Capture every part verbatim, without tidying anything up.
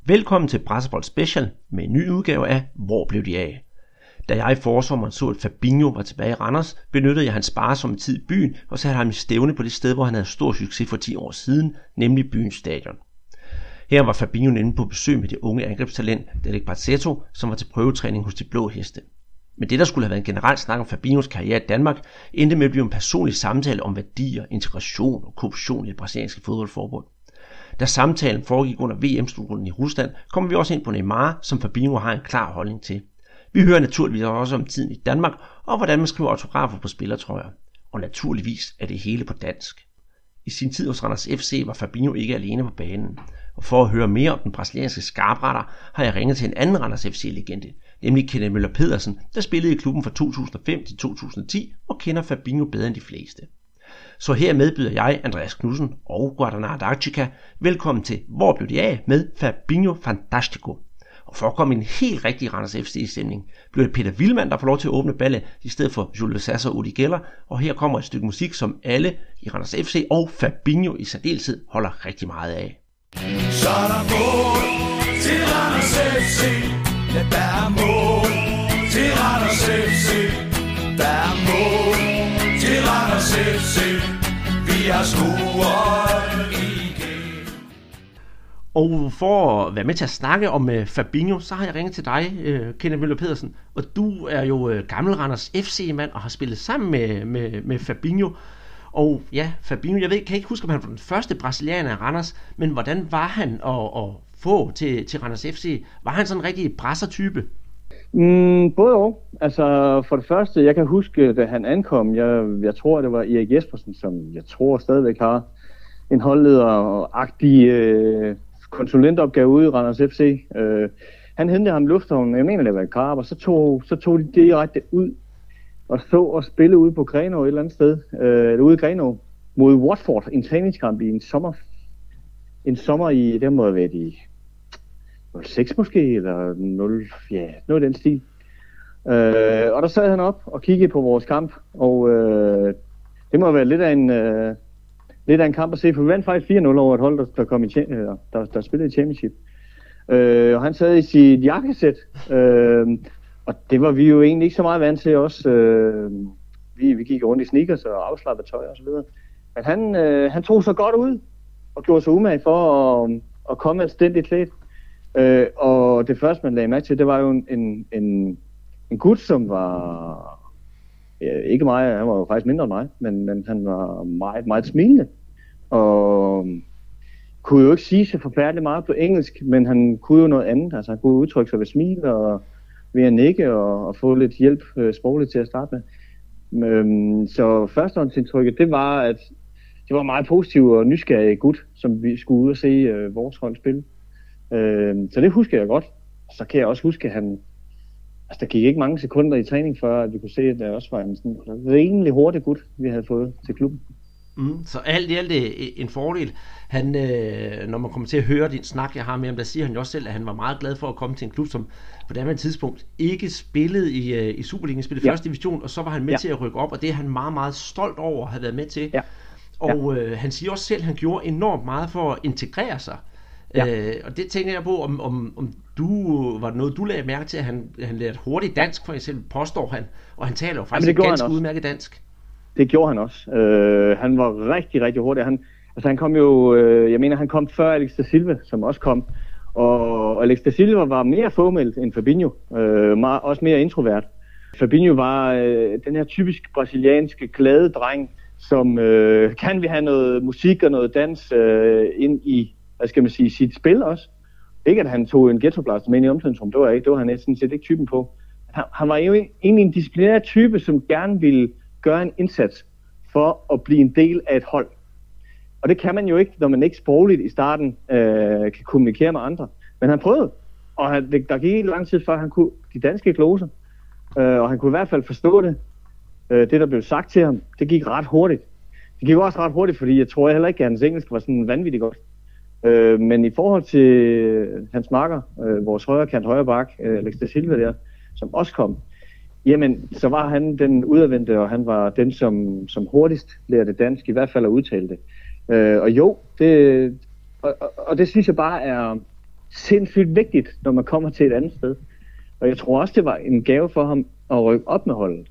Velkommen til Brasserbold Special med en ny udgave af Hvor blev de af? Da jeg i forsommeren så, at Fabinho var tilbage i Randers, benyttede jeg hans sparsomme tid i byen og satte ham i stævne på det sted, hvor han havde stor succes for ti år siden, nemlig byens stadion. Her var Fabinho inde på besøg med det unge angrebstalent Derek Barzetto, som var til prøvetræning hos de blå heste. Men det, der skulle have været en generel snak om Fabinhos karriere i Danmark, endte med at blive en personlig samtale om værdier, integration og korruption i det brasilianske fodboldforbund. Da samtalen foregik under V M-slutrunden i Rusland, kommer vi også ind på Neymar, som Fabinho har en klar holdning til. Vi hører naturligvis også om tiden i Danmark, og hvordan man skriver autografer på spillertrøjer. Og naturligvis er det hele på dansk. I sin tid hos Randers F C var Fabinho ikke alene på banen. Og for at høre mere om den brasilianske skarpretter, har jeg ringet til en anden Randers F C-legende, nemlig Kenneth Møller Pedersen, der spillede i klubben fra to tusind og fem til to tusind og ti og kender Fabinho bedre end de fleste. Så hermed byder jeg, Andreas Knudsen og Guaraná Antarctica, velkommen til Hvor blev de af med Fabinho Fantástico. Og for at komme en helt rigtig Randers F C-stemning, bliver det Peter Vilman, der får lov til at åbne ballet i stedet for Julio César Udi Geller, og her kommer et stykke musik, som alle i Randers F C og Fabinho i særdeleshed holder rigtig meget af. Så er der mål til Randers F C, ja der er mål til Randers F C, der er mål til Randers F C, vi har scoret igen. Og for at være med til at snakke om uh, Fabinho, så har jeg ringet til dig, uh, Kenneth Møller Pedersen, og du er jo uh, gammel Randers F C-mand og har spillet sammen med, med, med Fabinho. Og ja, Fabinho, jeg ved, kan ikke huske, om han var den første brasilianer i Randers, men hvordan var han at, at få til, til Randers F C? Var han sådan en rigtig brasser-type? Mm, både og. Altså for det første, jeg kan huske, da han ankom, jeg, jeg tror, det var Erik Jespersen, som jeg tror stadigvæk har en holdlederagtig øh, konsulentopgave ude i Randers F C. Øh, han hentede ham i lufthavnen, jeg mener, det var i Karab, og så tog, så tog de direkte ud og så og spille ude på Grenaa et eller andet sted, øh, eller ude i Grenaa, mod Watford, en træningskamp i en sommer, en sommer i, det må have været i nul seks måske, eller nul, ja, noget af den stil. Øh, og der sad han op og kiggede på vores kamp, og øh, det må have været lidt af en, øh, lidt af en kamp at se, for vi vandt faktisk fire nul over et hold, der, der, kom i, der, der spillede i championship. Øh, og han sad i sit jakkesæt, øh, og det var vi jo egentlig ikke så meget vant til også. Øh, vi, vi gik rundt i sneakers og afslappet tøj og så videre. Men han, øh, han tog så godt ud og gjorde sig umage for at, at komme anstændigt klædt. Øh, og det første, man lagde mærke til, det var jo en, en, en, en gut, som var ja, ikke mig, han var jo faktisk mindre end mig, men, men han var meget, meget smilende. Og kunne jo ikke sige så forfærdeligt meget på engelsk, men han kunne jo noget andet. Altså han kunne udtrykke sig ved smil og ved at nikke og, og få lidt hjælp øh, sprogligt til at starte med. Øhm, så førstehåndsindtrykket, det var, at det var meget positivt og nysgerrig gut, som vi skulle ud og se øh, vores hold spille. Øhm, så det husker jeg godt. Så kan jeg også huske, at han, altså der gik ikke mange sekunder i træning, før at vi kunne se, at der også var en sådan rimelig hurtig gut, vi havde fået til klubben. Mm, så alt i alt en fordel. Han, øh, når man kommer til at høre din snak, jeg har med ham, der siger han jo også selv, at han var meget glad for at komme til en klub, som på det her tidspunkt ikke spillede i, øh, i Superligaen, spillede ja. første division, og så var han med ja. til at rykke op, og det er han meget, meget stolt over at have været med til. Ja. Og øh, han siger også selv, at han gjorde enormt meget for at integrere sig. Ja. Øh, og det tænker jeg på, om, om, om du var det noget, du lagde mærke til, at han, han lærte hurtigt dansk, for eksempel, påstår han, og han taler jo faktisk ja, ganske udmærket dansk. Det gjorde han også. Øh, han var rigtig, rigtig hurtig. Han, altså han kom jo, øh, jeg mener, han kom før Alex da Silva, som også kom. Og Alex da Silva var mere formelt end Fabinho. Øh, meget, også mere introvert. Fabinho var øh, den her typisk brasilianske glade dreng, som øh, kan vi have noget musik og noget dans øh, ind i, hvad skal man sige, sit spil også. Ikke at han tog en ghettoblaster med ind i omklædningsrummet, det var ikke, det var han sådan set ikke typen på. Han, han var jo egentlig en disciplineret type, som gerne ville gøre en indsats for at blive en del af et hold. Og det kan man jo ikke, når man ikke sprogligt i starten øh, kan kommunikere med andre. Men han prøvede, og han, der gik ikke lang tid før, han kunne de danske gloser, øh, og han kunne i hvert fald forstå det, øh, det der blev sagt til ham. Det gik ret hurtigt. Det gik også ret hurtigt, fordi jeg tror heller ikke, at hans engelsk var sådan vanvittigt godt. Øh, men i forhold til hans makker, øh, vores højre kant, højre bak, øh, Alex da Silva der, som også kom, jamen, så var han den udadvendte, og han var den, som, som hurtigst lærte dansk, i hvert fald at udtale det. Øh, og jo, det, og, og det synes jeg bare er, sindssygt vigtigt, når man kommer til et andet sted. Og jeg tror også, det var en gave for ham at rykke op med holdet.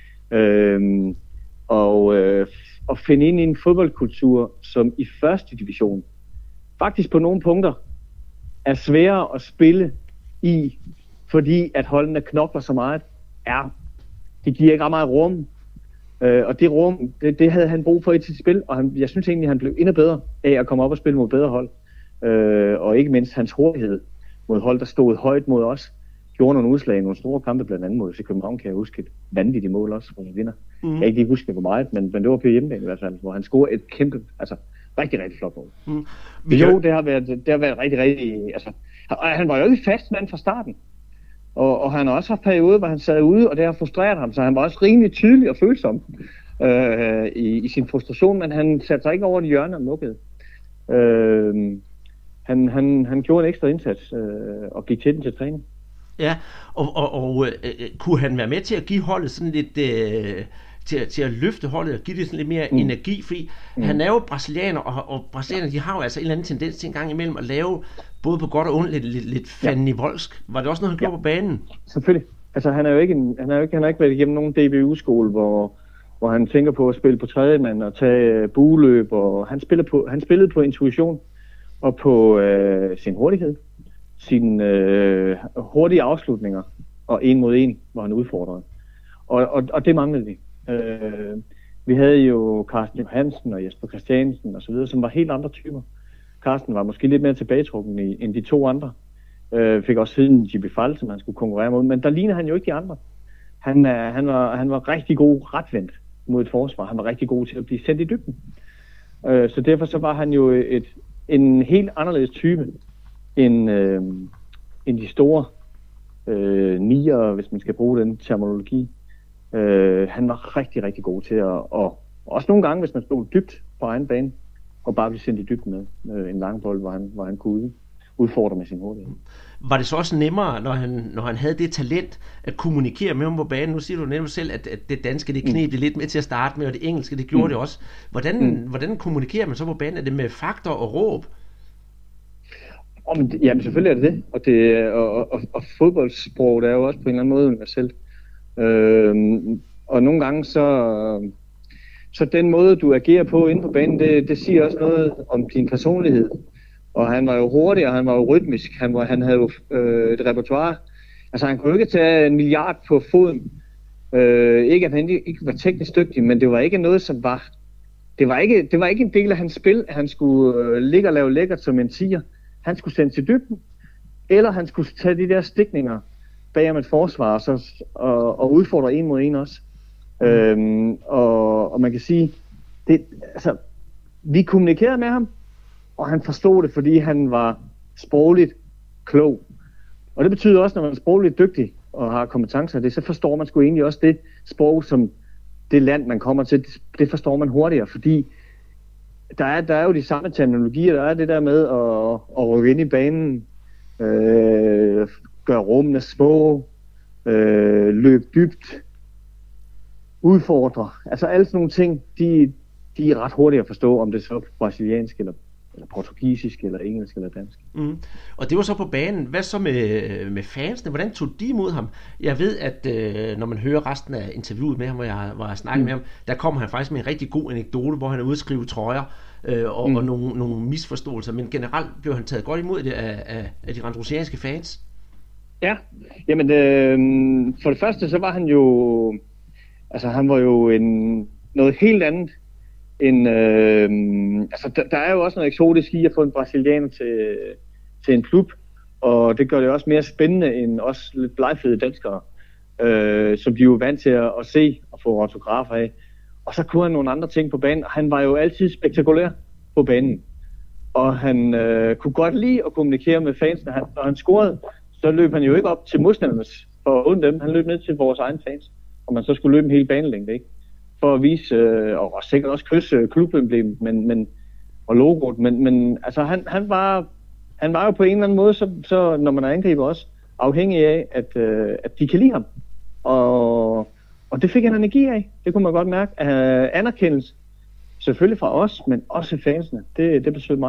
Øhm, og, øh, og finde ind i en fodboldkultur, som i første division faktisk på nogle punkter er sværere at spille i, fordi at holdene knokler så meget. Ja, det giver ikke ret meget rum. Øh, og det rum, det, det havde han brug for i sit spil, og han, jeg synes egentlig, han blev endnu bedre af at komme op og spille mod bedre hold. Øh, og ikke mindst hans hurtighed mod hold, der stod højt mod os, gjorde nogle udslag i nogle store kampe, blandt andet mod København, kan jeg huske et vanvittigt mål også, hvor han vinder. Mm. Jeg kan ikke lige huske, hvor meget, men, men det var på hjemmebane i hvert fald, hvor han scorede et kæmpe, altså rigtig, rigtig flot mål. Mm. Jo, det har været, det har været rigtig, rigtig, altså, han var jo ikke fast mand fra starten. Og, og han har også haft perioder, hvor han sad ude, og det har frustreret ham, så han var også rimelig tydelig og følsom øh, i, i sin frustration, men han satte sig ikke over det hjørne og lukkede. Øh, han, han, han gjorde en ekstra indsats øh, og gik til den til træning. Ja, og, og, og øh, kunne han være med til at give holdet sådan lidt, øh, til, til at løfte holdet og give det sådan lidt mere mm. energi, fordi mm. han er jo brasilianer, og, og brasilianer, de har jo altså en eller anden tendens til en gang imellem at lave, både på godt og ondt, lidt, lidt, lidt fanden i voldsk. Var det også noget, han gjorde ja. på banen? Selvfølgelig. Altså han er jo ikke, en, han er jo ikke, han har ikke været igennem nogen D B U-skole, hvor, hvor han tænker på at spille på tredje mand og tage bueløb, og han spillede på, han spillede på intuition og på øh, sin hurtighed. Sine øh, hurtige afslutninger og en mod en, hvor han udfordrede. Og, og, og det manglede vi. Øh, vi havde jo Carsten Johansen og Jesper Christiansen og så videre, som var helt andre typer. Carsten var måske lidt mere tilbagetrukken i, end de to andre. Øh, fik også siden J B Fall, som han skulle konkurrere mod, men der ligner han jo ikke de andre. Han, øh, han, var, han var rigtig god retvendt mod et forsvar. Han var rigtig god til at blive sendt i dybden. Øh, så derfor så var han jo et, en helt anderledes type end, øh, end de store øh, nier, hvis man skal bruge den terminologi. Øh, han var rigtig, rigtig god til at, og også nogle gange, hvis man stod dybt på egen bane, og bare blive sendt i dybden med øh, en lang bold, hvor han, hvor han kunne udfordre med sin hurtighed. Var det så også nemmere, når han, når han havde det talent, at kommunikere med ham på banen? Nu siger du netop selv, at, at det danske, det kneb det lidt med til at starte med, og det engelske, det gjorde mm. det også. Hvordan, mm. hvordan kommunikerer man så på banen? Er det med fakter og råb? Oh, men, jamen selvfølgelig er det det, og, det, og, og, og fodboldsprog, det er jo også på en eller anden måde universelt. Øhm, og nogle gange så, så den måde du agerer på inde på banen, det, det siger også noget om din personlighed. Og han var jo hurtig, og han var jo rytmisk, han, var, han havde jo øh, et repertoire. Altså han kunne jo ikke tage en milliard på foden. Øh, ikke at han ikke var teknisk dygtig, men det var ikke noget som var, det var ikke, det var ikke en del af hans spil, at han skulle øh, ligge og lave lækkert som en tiger. Han skulle sendes til dybden, eller han skulle tage de der stikninger bag om et forsvar, så, og, og udfordre en mod en også. Mm. Øhm, og, og man kan sige, det, altså, vi kommunikerede med ham, og han forstod det, fordi han var sprogligt klog. Og det betyder også, når man er sprogligt dygtig og har kompetencer af det, så forstår man sgu egentlig også det sprog, som det land, man kommer til, det forstår man hurtigere, fordi Der er, der er jo de samme terminologier, der er det der med at, at rykke ind i banen, øh, gøre rummene små, øh, løbe dybt, udfordre. Altså alle sådan nogle ting, de, de er ret hurtige at forstå, om det er så brasiliansk, eller, eller portugisisk, eller engelsk, eller dansk. Mm. Og det var så på banen. Hvad så med, med fansene? Hvordan tog de imod ham? Jeg ved, at øh, når man hører resten af interviewet med ham, hvor jeg, hvor jeg snakkede mm. med ham, der kommer han faktisk med en rigtig god anekdote, hvor han er ude at skrive trøjer, øh, og, mm. og nogle, nogle misforståelser. Men generelt blev han taget godt imod det af, af, af de randrusianske fans. Ja, jamen øh, for det første, så var han jo, altså han var jo en, noget helt andet. En, øh, altså der, der er jo også noget eksotisk i at få en brasilianer til, til en klub, og det gør det også mere spændende end også lidt blegfede danskere, øh, som de er jo vant til at, at se og få autografer af. Og så kunne han nogle andre ting på banen, og han var jo altid spektakulær på banen. Og han øh, kunne godt lide at kommunikere med fansene. Han, når han scorede, så løb han jo ikke op til modstandernes for at undre dem. Han løb ned til vores egen fans, og man så skulle løbe en hel banelængde, ikke? For at vise, øh, og sikkert også krydse klubemblemet, men, men, og logoet, men, men altså han, han, var, han var jo på en eller anden måde, så, så når man er angriber også, afhængig af, at, øh, at de kan lide ham. Og, og det fik han energi af, det kunne man godt mærke. Uh, anerkendelse, selvfølgelig fra os, men også fansene, det, det betød meget for ham.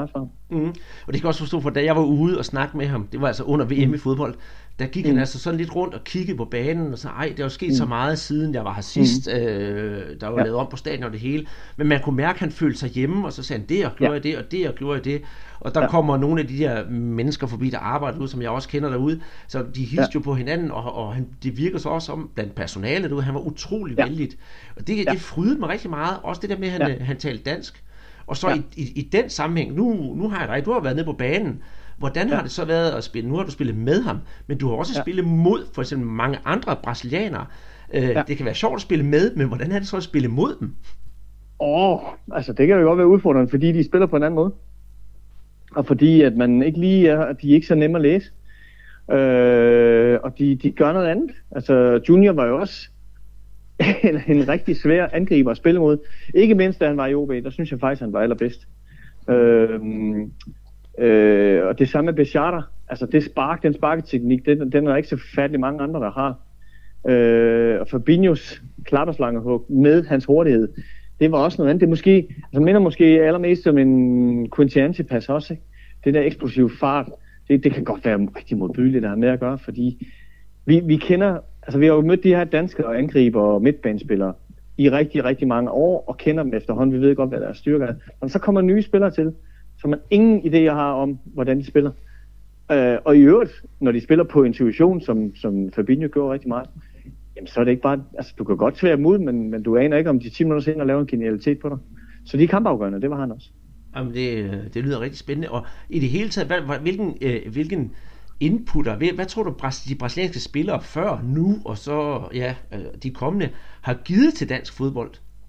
Mm. Og det kan også forstå, for da jeg var ude og snakke med ham, det var altså under V M i fodbold, der gik mm. han altså sådan lidt rundt og kiggede på banen og så, ej, det er jo sket mm. så meget siden jeg var her sidst, mm. øh, der var ja. lavet om på stadion og det hele, men man kunne mærke, at han følte sig hjemme, og så sagde han, det og gjorde ja. jeg det, og det og gjorde jeg det, og der ja. kommer nogle af de der mennesker forbi, der arbejder ud, som jeg også kender derude, så de hilste ja. jo på hinanden, og, og han, det virker så også om blandt personalet derude, han var utrolig ja. vældigt, og det, ja. det frydede mig rigtig meget, også det der med, at han, ja. han talte dansk. Og så ja. i, i, i den sammenhæng, nu, nu har jeg dig, du har været nede på banen. Hvordan ja. har det så været at spille? Nu har du spillet med ham, men du har også ja. spillet mod for eksempel mange andre brasilianere. Øh, ja. Det kan være sjovt at spille med, men hvordan er det så at spille mod dem? Åh, oh, altså det kan jo godt være udfordrende, fordi de spiller på en anden måde. Og fordi at man ikke lige er, de er ikke så nemme at læse. Øh, og de, de gør noget andet. Altså Junior var jo også en, en rigtig svær angriber at spille mod. Ikke mindst da han var i O B, der synes jeg faktisk han var allerbedst. Øh, øh, og det samme med Bechata. Altså det spark, den sparketeknik, den, den er der ikke så forfærdelig mange andre der har. Øh, og Fabinhos klapperslangehug med hans hurtighed, det var også noget andet. Det måske, altså minder måske allermest som en Quintianti-pas også, ikke? Det der eksplosive fart, det, det kan godt være rigtig modbydeligt der har med at gøre, fordi vi, vi kender, altså vi har jo mødt de her danske angriber og midtbanespillere i rigtig, rigtig mange år, og kender dem efterhånden. Vi ved godt, hvad deres styrker er. Men så kommer nye spillere til, så man ingen idéer har om, hvordan de spiller. Øh, og i øvrigt, når de spiller på intuition, som, som Fabinho gjorde rigtig meget, jamen så er det ikke bare, altså du kan godt svære mod, men, men du aner ikke om de ti minutter senere laver en genialitet på dig. Så de er kampafgørende, det var han også. Jamen det, det lyder rigtig spændende, og i det hele taget, hvad, hvilken, øh, hvilken inputter, hvad, hvad tror du de brasilianske spillere før, nu og så ja, de kommende, har givet til dansk fodbold?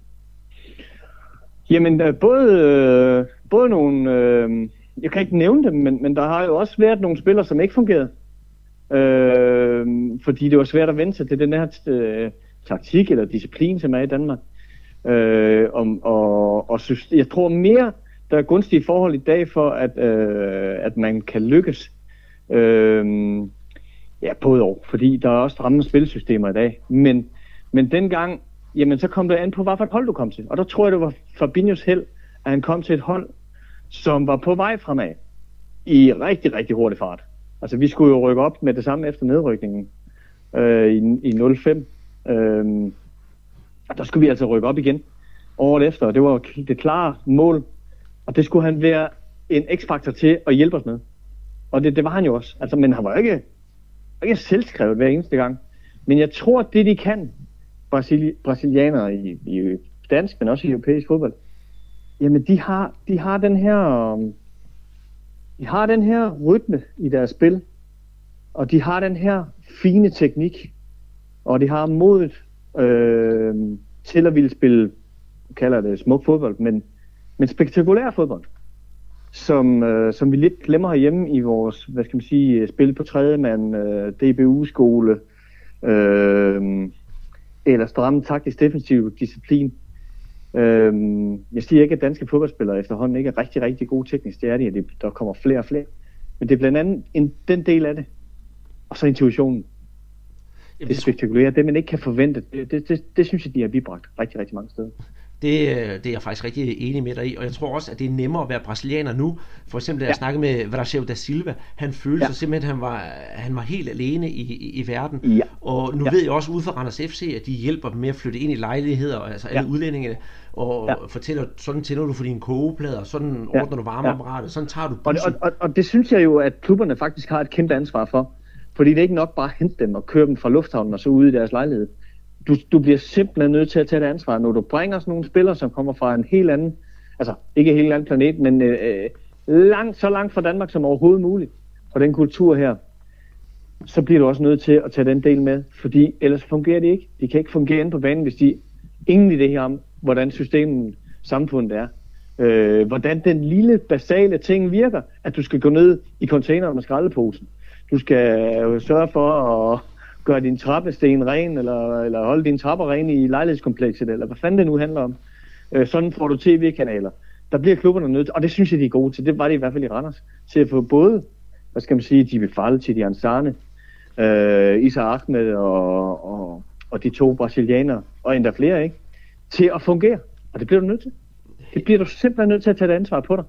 Jamen både, øh, både nogle, øh, jeg kan ikke nævne dem, men, men der har jo også været nogle spillere, som ikke fungerede. Øh, fordi det var svært at vende sig til den her øh, taktik eller disciplin, som er i Danmark. Øh, og, og, og synes, jeg tror mere, der er gunstige forhold i dag for, at, øh, at man kan lykkes. Øh, ja, både og, fordi der er også stramme spilsystemer i dag. Men, men dengang, jamen så kom det an på, hvad for et hold du kom til. Og der tror jeg, det var Fabinhos held, at han kom til et hold, som var på vej fremad i rigtig, rigtig hurtig fart. Altså vi skulle jo rykke op med det samme efter nedrykningen øh, i, i nul fem. Øh, og der skulle vi altså rykke op igen året efter, og det var det klare mål. Og det skulle han være en x-faktor til at hjælpe os med. Og det, det var han jo også. Altså, men han var ikke, ikke selvskrevet hver eneste gang. Men jeg tror, at det de kan, Brasili- brasilianere i, i dansk, men også i europæisk fodbold, jamen de har, de har den her... Um, De har den her rytme i deres spil, og de har den her fine teknik, og de har modet øh, til at ville spille, kalder det smuk fodbold, men, men spektakulær fodbold, som, øh, som vi lidt glemmer herhjemme i vores, hvad skal man sige, spil på tredjemand, øh, D B U-skole, øh, eller stramme taktisk defensiv disciplin. Øhm, jeg siger ikke, at danske fodboldspillere efterhånden ikke er rigtig, rigtig gode teknisk. Det er de, at der kommer flere og flere. Men det er blandt andet en, den del af det. Og så intuitionen. Jamen, det spektakulære, det man ikke kan forvente, det, det, det, det synes jeg, de har bibragt rigtig, rigtig mange steder. Det, det er jeg faktisk rigtig enig med dig i, og jeg tror også, at det er nemmere at være brasilianer nu. For eksempel, da jeg ja. snakkede med Brasil da Silva, han følte ja. sig simpelthen, at han var, han var helt alene i, i, i verden. Ja. Og nu ja. ved jeg også ude fra Randers F C, at de hjælper dem med at flytte ind i lejligheder, altså alle ja. udlændinge, og ja. fortæller, sådan tænder du for dine kogeplader, sådan ja. ordner du varmeapparatet, sådan tager du bussen. Og, og, og, og det synes jeg jo, at klubberne faktisk har et kæmpe ansvar for. Fordi det er ikke nok bare at hente dem og køre dem fra lufthavnen og så ud i deres lejlighed. Du, du bliver simpelthen nødt til at tage det ansvar, når du bringer sådan nogle spillere, som kommer fra en helt anden, altså ikke en helt anden planet, men øh, langt, så langt fra Danmark som overhovedet muligt, og den kultur her, så bliver du også nødt til at tage den del med, fordi ellers fungerer de ikke. De kan ikke fungere inde på banen, hvis de ingen idé har om, hvordan systemet, samfundet er. Øh, hvordan den lille, basale ting virker, at du skal gå ned i containeren med skraldeposen. Du skal sørge for at gøre din trappesten ren, eller, eller holde dine trapper ren i lejlighedskomplekset, eller hvad fanden det nu handler om. Øh, sådan får du tv-kanaler. Der bliver klubberne nødt til, og det synes jeg, de er gode til. Det var det i hvert fald i Randers. Til at få både, hvad skal man sige, de befalde til de Ansane, øh, Isa Ahmed og, og, og de to brasilianere, og endda flere, ikke? Til at fungere. Og det bliver du nødt til. Det bliver du simpelthen nødt til at tage det ansvar på dig.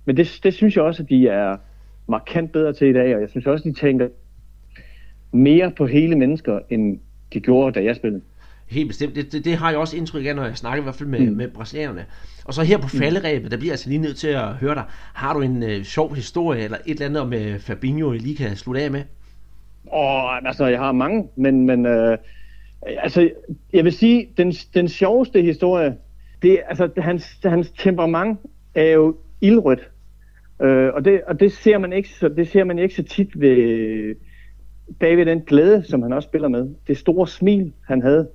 Men det, det synes jeg også, at de er markant bedre til i dag, og jeg synes også, at de tænker mere på hele mennesker, end de gjorde, da jeg spillede. Helt bestemt. Det, det, det har jeg også indtryk af, når jeg snakker i hvert fald med, mm. med brasilianerne. Og så her på falderæbet, der bliver jeg altså lige nødt til at høre dig. Har du en øh, sjov historie, eller et eller andet om øh, Fabinho, I lige kan slutte af med? Åh, altså, jeg har mange, men, men øh, altså, jeg vil sige, den, den sjoveste historie, det, altså, hans, hans temperament er jo ildrødt. Øh, og, det, og det ser man ikke så, det ser man ikke så tit ved bagved den glæde, som han også spiller med. Det store smil, han havde.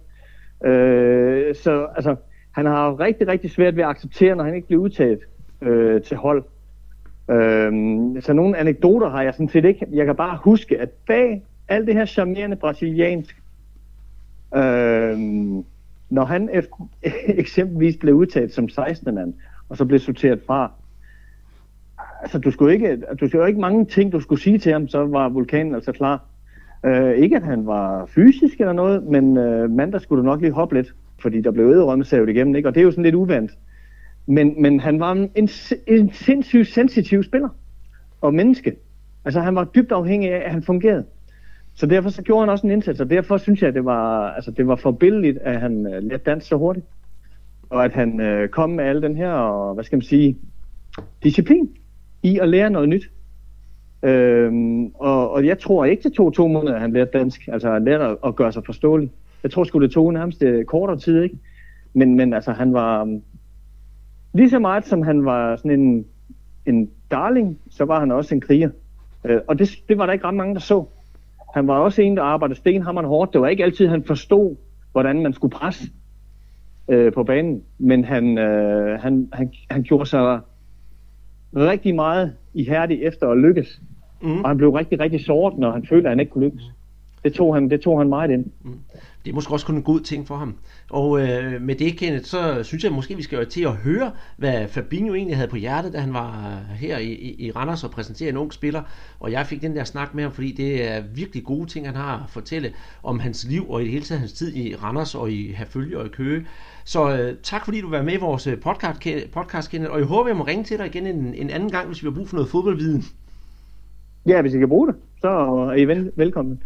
Øh, så altså, han har rigtig, rigtig svært ved at acceptere, når han ikke bliver udtaget øh, til hold. Øh, så nogle anekdoter har jeg sådan set ikke. Jeg kan bare huske, at bag alt det her charmerende brasiliansk, øh, når han efter, eksempelvis blev udtaget som sekstende mand, og så blev sorteret fra, altså du skulle ikke, du skulle ikke mange ting, du skulle sige til ham, så var vulkanen altså klar. Uh, ikke at han var fysisk eller noget, men uh, mandag skulle du nok lige hoppe lidt, fordi der blev æderrømmesavet igennem, ikke? Og det er jo sådan lidt uvandt. Men, men han var en, en sindssygt sensitiv spiller og menneske. Altså han var dybt afhængig af, at han fungerede. Så derfor så gjorde han også en indsats, og derfor synes jeg, at det var, altså, det var forbilledligt, at han uh, lærte dansk så hurtigt. Og at han uh, kom med al den her, og, hvad skal man sige, disciplin i at lære noget nyt. Øhm, og, og jeg tror ikke, det tog to måneder, at han lærte dansk. Altså han lærte at, at gøre sig forståelig. Jeg tror sgu, det tog nærmest kortere tid, ikke? Men, men altså han var lige så meget, som han var sådan en, en darling, så var han også en kriger. Øh, og det, det var der ikke ret mange, der så. Han var også en, der arbejdede stenhammerende hårdt. Det var ikke altid, han forstod, hvordan man skulle presse øh, på banen. Men han, øh, han, han, han gjorde sig rigtig meget ihærdig efter at lykkes. Mm. Og han blev rigtig, rigtig såret, når han følte, at han ikke kunne lykkes. Det tog han, det tog han meget ind. Mm. Det er måske også kun en god ting for ham. Og øh, med det, Kenneth, så synes jeg måske, vi skal jo til at høre, hvad Fabinho egentlig havde på hjertet, da han var her i, i, i Randers og præsenterede en ung spiller. Og jeg fik den der snak med ham, fordi det er virkelig gode ting, han har at fortælle om hans liv og i det hele taget hans tid i Randers og i Herfølge og i Køge. Så øh, tak fordi du var med i vores podcast, podcast Kenneth, og jeg håber, jeg må ringe til dig igen en, en anden gang, hvis vi har brug for noget fodboldviden. Ja, hvis I kan bruge det, så er I vel, velkommen.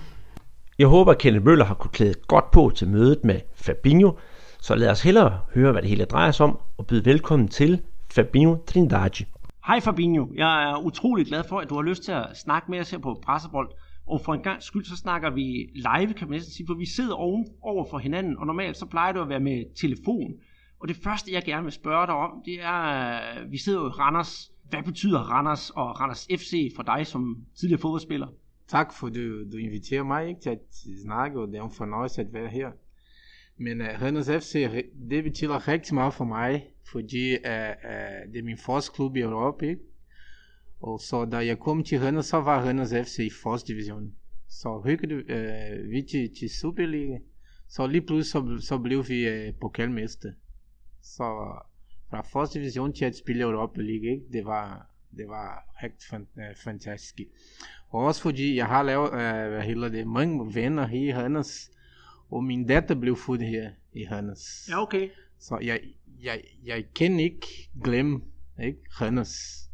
Jeg håber, at Kenneth Møller har kunnet klæde godt på til mødet med Fabinho, så lad os hellere høre, hvad det hele drejer sig om, og byde velkommen til Fabinho Trindade. Hej Fabinho, jeg er utrolig glad for, at du har lyst til at snakke med os her på Brasserbold. Og for en gang skyld, så snakker vi live, kan man næsten sige, for vi sidder oven over for hinanden, og normalt så plejer det at være med telefon. Og det første, jeg gerne vil spørge dig om, det er, vi sidder jo i Randers. Hvad betyder Randers og Randers F C for dig som tidligere fodboldspiller? Tak for, du, du inviterer mig ikke, til at snakke, og det er en fornøjelse at være her. Men uh, Randers F C, det betyder rigtig meget for mig, fordi uh, uh, det er min første klub i Europa, ikke? Og så da jeg kom til Randers, så var Randers F C i første division. Så rykkede uh, vi til, til Superliga, så lige pludselig så, så blev vi uh, pokalmester. Så fra første division til at spille Europa League, ikke? Det var, det var rigtig fantastisk. Og også fordi jeg har lavet uh, hvad hedder det, mange venner her i Randers, og min datter blev født her i Randers. Ja, okay. Så jeg, jeg, jeg kan ikke glemme, ikke, Randers,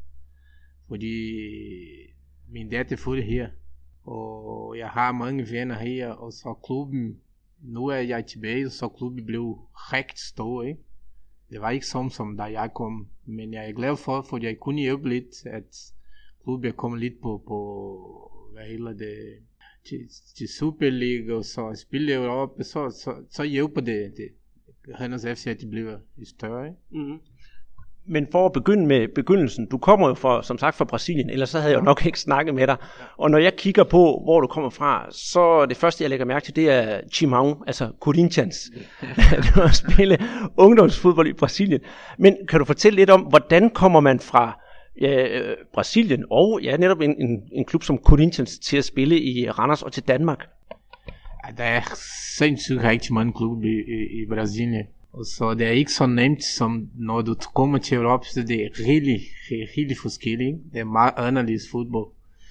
fordi min datter er født her, og jeg har mange venner her, og så klubben, nu er jeg tilbage, så klubben blev rigtig stor, ikke? Det var ikke som, som da jeg kom, men jeg er glad for, for jeg kunne hjælpe lidt, at klubben kommer lidt på, på hvad hedder det, til, til Superliga, og så spille Europa, så, så, så hjælper det, det Randers F C, at de bliver større. Mm-hmm. Men for at begynde med begyndelsen, du kommer jo fra, som sagt fra Brasilien, ellers så havde jeg jo nok ikke snakket med dig. Og når jeg kigger på, hvor du kommer fra, så det første, jeg lægger mærke til, det er Timão, altså Corinthians. Du har spillet ungdomsfodbold i Brasilien. Men kan du fortælle lidt om, hvordan kommer man fra ja, Brasilien og ja, netop en, en, en klub som Corinthians til at spille i Randers og til Danmark? Ja, der er sindssygt rigtig mange klubber i, i, i Brasilien. Så det er ikke så nemt, som når du kommer til Europa, så det er rigtig, rigtig forskelligt. Det er meget anderledes fodbold.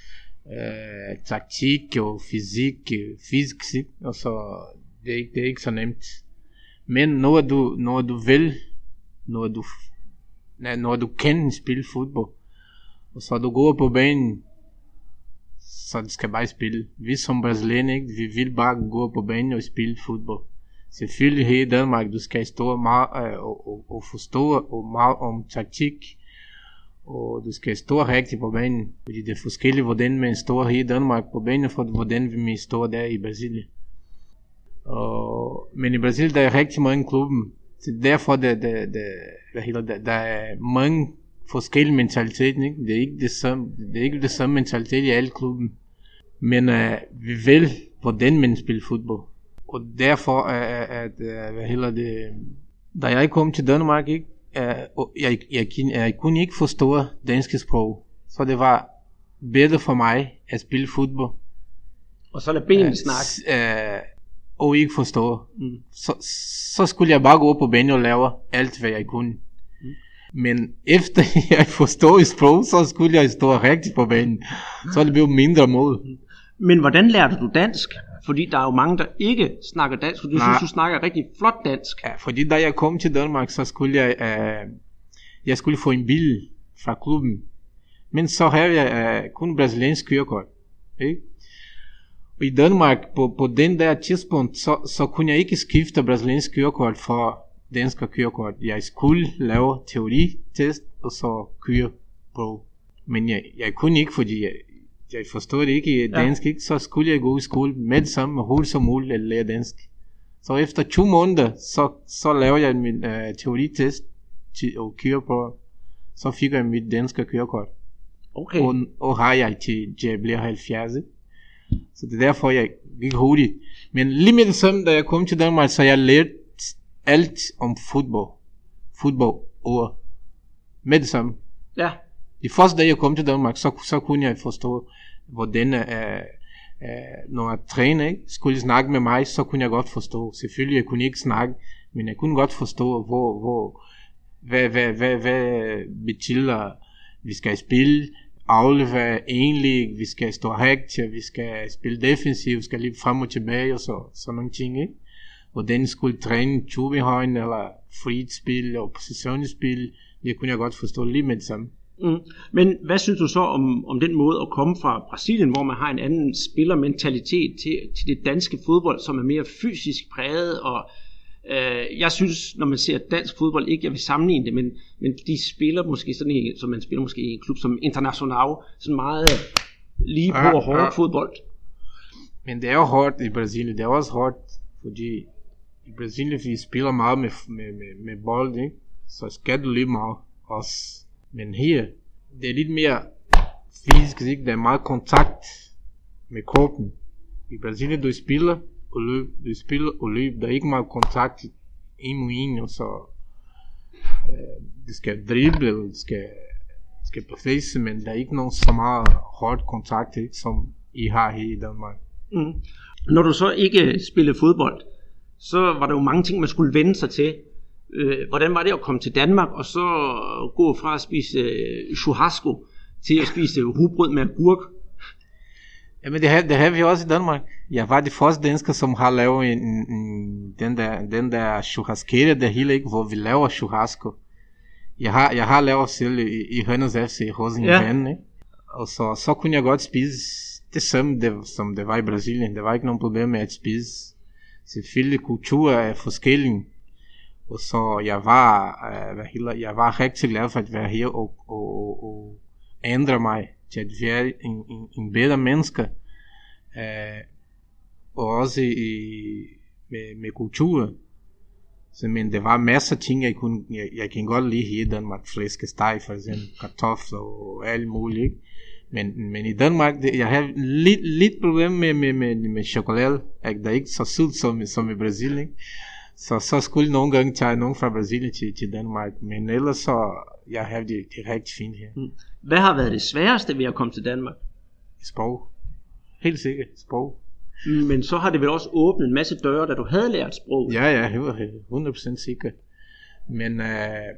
Uh, taktik og fysik, fysik, og så det er, ikke, det er ikke så nemt. Men når du, når du vil, når du når du kan spille fodbold, og så du går på banen, så du skal bare spille. Vi som brasilianer, ikke, vi vil bare gå på banen og spille fodbold. Selvfølgelig her i Danmark, du skal stå meget øh, og, og, og forstå og meget om taktik, og du skal stå rigtigt på banen, fordi det er forskelligt, hvordan man står her i Danmark på banen, for hvordan vi står der i Brasilien. Og, men i Brasilien, der er rigtig mange klubber, så derfor der, der, der, hvad hedder det, der er mange forskellige mentaliteter, ikke? Det er ikke det samme, det er ikke det samme mentalitet i alle klubben, men uh, vi vil, hvordan man spiller fodbold. Og derfor er uh, at uh, hvad hedder det, da jeg kom til Danmark, ikke, uh, jeg, jeg, jeg kunne ikke forstå dansk sprog, så det var bedre for mig at spille fodbold. Og så lade benene uh, snakke. Uh, og ikke forstå. Mm. Så, så skulle jeg bare gå på banen og lave alt, hvad jeg kunne. Mm. Men efter jeg forstod sprog, så skulle jeg stå rigtigt på banen. Så det blev mindre mål. Men hvordan lærte du dansk? Fordi der er jo mange, der ikke snakker dansk, og du Nej. synes, du snakker rigtig flot dansk. Ja, fordi da jeg kom til Danmark, så skulle jeg, uh, jeg skulle få en bil fra klubben. Men så havde jeg uh, kun brasiliansk kørekort. Ikke? Og i Danmark, på, på den der tidspunkt, så, så kunne jeg ikke skifte brasiliansk kørekort for dansk kørekort. Jeg skulle lave teoritest, og så køre på. Men jeg, jeg kunne ikke, fordi jeg, jeg forstod det ikke dansk, ja. ikke, så skulle jeg gå i skole med det samme, og hurtigt som muligt at lære dansk. Så efter to måneder, så, så lavede jeg min uh, teoritest til at køre på. Så fik jeg mit danske kørekort. Okay. Og, og har jeg til, til jeg bliver halvfjerds. Så det er derfor, jeg gik hurtigt. Men lige med det samme, da jeg kom til Danmark, så jeg lærte alt om fodbold. Fodboldord. Med det samme. Ja. De første dag, jeg kom til Danmark, så, så kunne jeg forstå, hvordan uh, uh, når jeg træner, ikke, skulle snakke med mig, så kunne jeg godt forstå. Selvfølgelig, jeg kunne ikke snakke, men jeg kunne godt forstå, hvor, hvor, hvad, hvad, hvad, hvad betyder, vi skal spille, aflevere egentlig, vi skal stå rigtigt, vi skal spille defensivt, vi skal lige frem og tilbage og så, sådan nogle ting, ikke? Og den skulle træne tubehøjen eller frit spil og positionsspil, det kunne jeg godt forstå lige med det samme. Mm. Men hvad synes du så om, om den måde at komme fra Brasilien, hvor man har en anden spillermentalitet til, til det danske fodbold, som er mere fysisk præget, og øh, jeg synes, når man ser dansk fodbold, ikke jeg vil sammenligne det, men, men de spiller måske sådan en, som man spiller måske i en klub som Internacional, sådan meget lige på og hårdt fodbold. Men det er jo hårdt i Brasilien, det er også hårdt, fordi i Brasilien vi spiller meget med, med, med, med bold, ikke? Så skal du lige meget også. Men her, det er lidt mere fysisk, ikke? Der er meget kontakt med kroppen. I Brasilien, du spiller og løb, du spiller og løb, der er ikke meget kontakt en mod en, og så øh, du skal drible, du skal, skal bevæge, men der er ikke nogen så meget hårdt kontakt, ikke? Som I har her i Danmark. Mm. Når du så ikke spillede fodbold, så var der jo mange ting, man skulle vende sig til. Øh, hvordan var det at komme til Danmark og så gå fra at spise øh, churrasco til at spise rugbrød med agurk? Jamen det har, det har vi også i Danmark. Jeg var de første dansker, som har lavet en, en, den der, den der churrasqueria der hele, ikke, hvor vi laver churrasco. Jeg har, jeg har lavet selv i, i Randers F C hos en ja. ven, ikke? Og så, så kunne jeg godt spise det samme, det, som det var i Brasilien. Der var ikke nogen problem med at spise. Selvfølgelig kultur er forskellige. Og så jeg var, uh, hvad hedder, jeg var rigtig glad for at være her og, og, og, og ændre mig til at være en, en, en bedre menneske. Uh, og også i, med, med kultur. Så, men der var masser af ting, jeg kunne, jeg, jeg kan godt lide her i Danmark. Flæskesteg for eksempel, kartofler og alt muligt, ikke? Men, men i Danmark, det, jeg har lidt, lidt problem med, med, med, med chokolade. Ikke? Der er ikke så sødt som, som i Brasilien, ikke? Så, så skulle nogle gange tage nogen fra Brasilien til, til Danmark. Men ellers så, jeg har det, det rigtig fint her. Hvad har været det sværeste ved at komme til Danmark? Sprog. Helt sikkert, sprog. Men så har det vel også åbnet en masse døre, da du havde lært sprog? Ja, ja, det var hundrede procent sikkert. Men uh,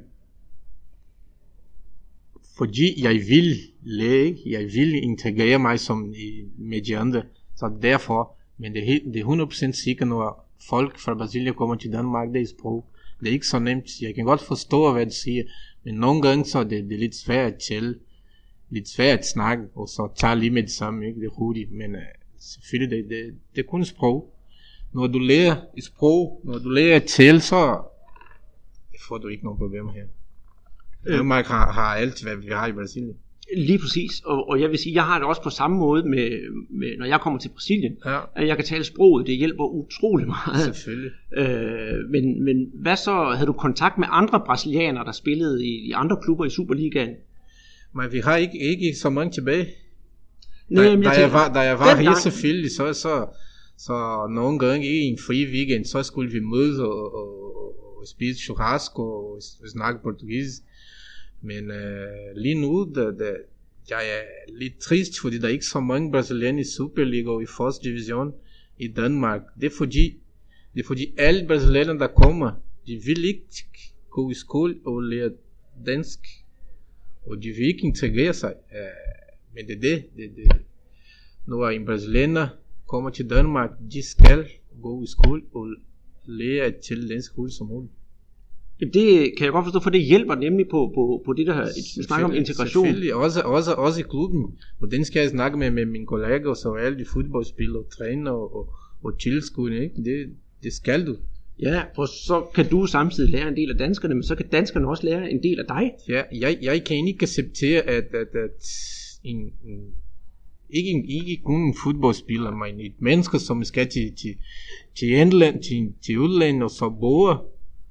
fordi jeg vil lære, jeg vil integrere mig som i, med de andre. Så derfor, men det, det er hundrede procent sikkert, når folk fra Brasilien kommer til Danmark, det er sprog. Det er ikke så nemt. Jeg kan godt forstå, hvad de siger, Men nogle gange så er det, det er lidt svært at tælle, lidt svært at snakke, og så tager lige med det samme, ikke? Det er hurtigt, men uh, selvfølgelig, det, det, det er kun sprog. Når du lærer et sprog, når du lærer at tælle, så får du ikke nogen problemer her. Danmark har, har alt, hvad vi har i Brasilien. Lige præcis, og, og jeg vil sige, jeg har det også på samme måde, med, med, når jeg kommer til Brasilien, Ja. at jeg kan tale sproget, det hjælper utrolig meget. Selvfølgelig. Øh, men, men hvad så, havde du kontakt med andre brasilianere, der spillede i, i andre klubber i Superligaen? Men vi har ikke, ikke så mange tilbage. Nej, Da, men da, jeg jeg tænker, var, da jeg var her dengang- selvfølgelig, så, så, så nogle gange i en fri weekend, så skulle vi mødes og, og, og spise churrasco og snakke portugisisk. Men uh, lige nu, da, da, jeg er lidt trist, fordi der er ikke så mange brasilianere i Superliga og i første division i Danmark. Det er fordi, det er fordi alle brasilianere, der kommer, de vil ikke gå i skole og lære dansk. Og de vil ikke integrere sig. Uh, men det er det. det, det. Når en brasilianer kommer til Danmark, de skal gå i skole og lære til dansk hurtigt som muligt. Det kan jeg godt forstå, for det hjælper nemlig på, på, på det der, vi snakker om integration. Selvfølgelig, også, også, også i klubben. Og den skal jeg snakke med, med mine kolleger, og så alle de fodboldspillere, træner og, og, og tilskuerne, ikke? Det, det skal du. Ja, for så kan du samtidig lære en del af danskerne, men så kan danskerne også lære en del af dig. Ja, jeg, jeg kan ikke acceptere, at, at, at en, en, ikke, en, ikke kun en fodboldspiller, men et menneske, som skal til, til, til England, til, til udlandet, og så bor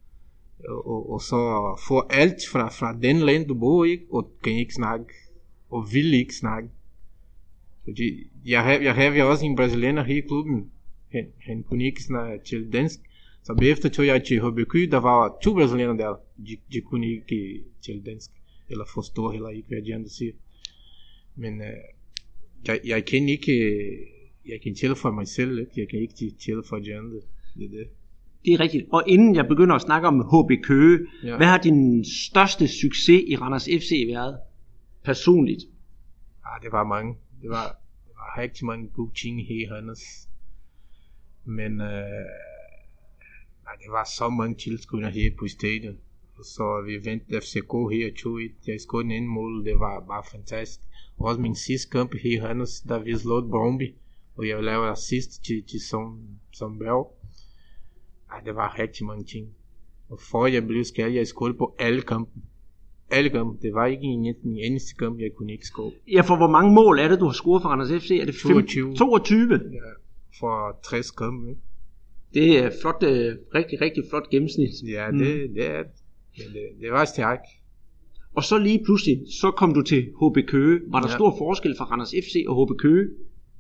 Og, og så får alt fra, fra den land du bor i, og kan ikke snakke, og vil ikke snakke. Fordi jeg har, jeg har også en brasilianer her i klubben, han, han kunne ikke snakke til dansk, så bagefter tog jeg til H B Q, der var to brasilianer der, de, de kunne ikke til dansk, eller forstå heller ikke, hvad de andre siger. Men uh, jeg, jeg kan ikke, jeg kan tælle for mig selv, ikke? Jeg kan ikke tælle for de andre, det er det. Det er rigtigt. Og inden jeg begynder at snakke om H B Køge, Ja. hvad har din største succes i Randers F C været? Personligt. Ah, det var mange. Det var, det var rigtig mange gode ting her i Randers. Men øh, nej, det var så mange tilskuere her på stadion. Og så vi vandt F C K her to et. Jeg skåede en anden mål. Det var bare fantastisk. Også min sidste kamp her i Randers, da vi slog Brøndby. Og jeg lavede assist til, til som, som Berg. Ej, det var rigtig mange ting. Og for jeg blev skadet, jeg skåede på alle kampen. Alle kampen. Det var ikke en, en eneste kamp, jeg kunne ikke score. Ja, for hvor mange mål er det, du har scoret for Randers F C? Er det toogtyve. toogtyve? Ja, for tres kampe, ikke? Det er flot, øh, rigtig, rigtig flot gennemsnit. Ja, det, det er det, det, det var stærkt. Og så lige pludselig, så kom du til H B Køge. Var der Ja. stor forskel fra Randers F C og H B Køge?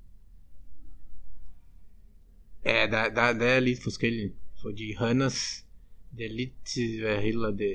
Ja, der, der, der er lidt forskelligt. Fordi Randers, det er lidt, hvad hedder det...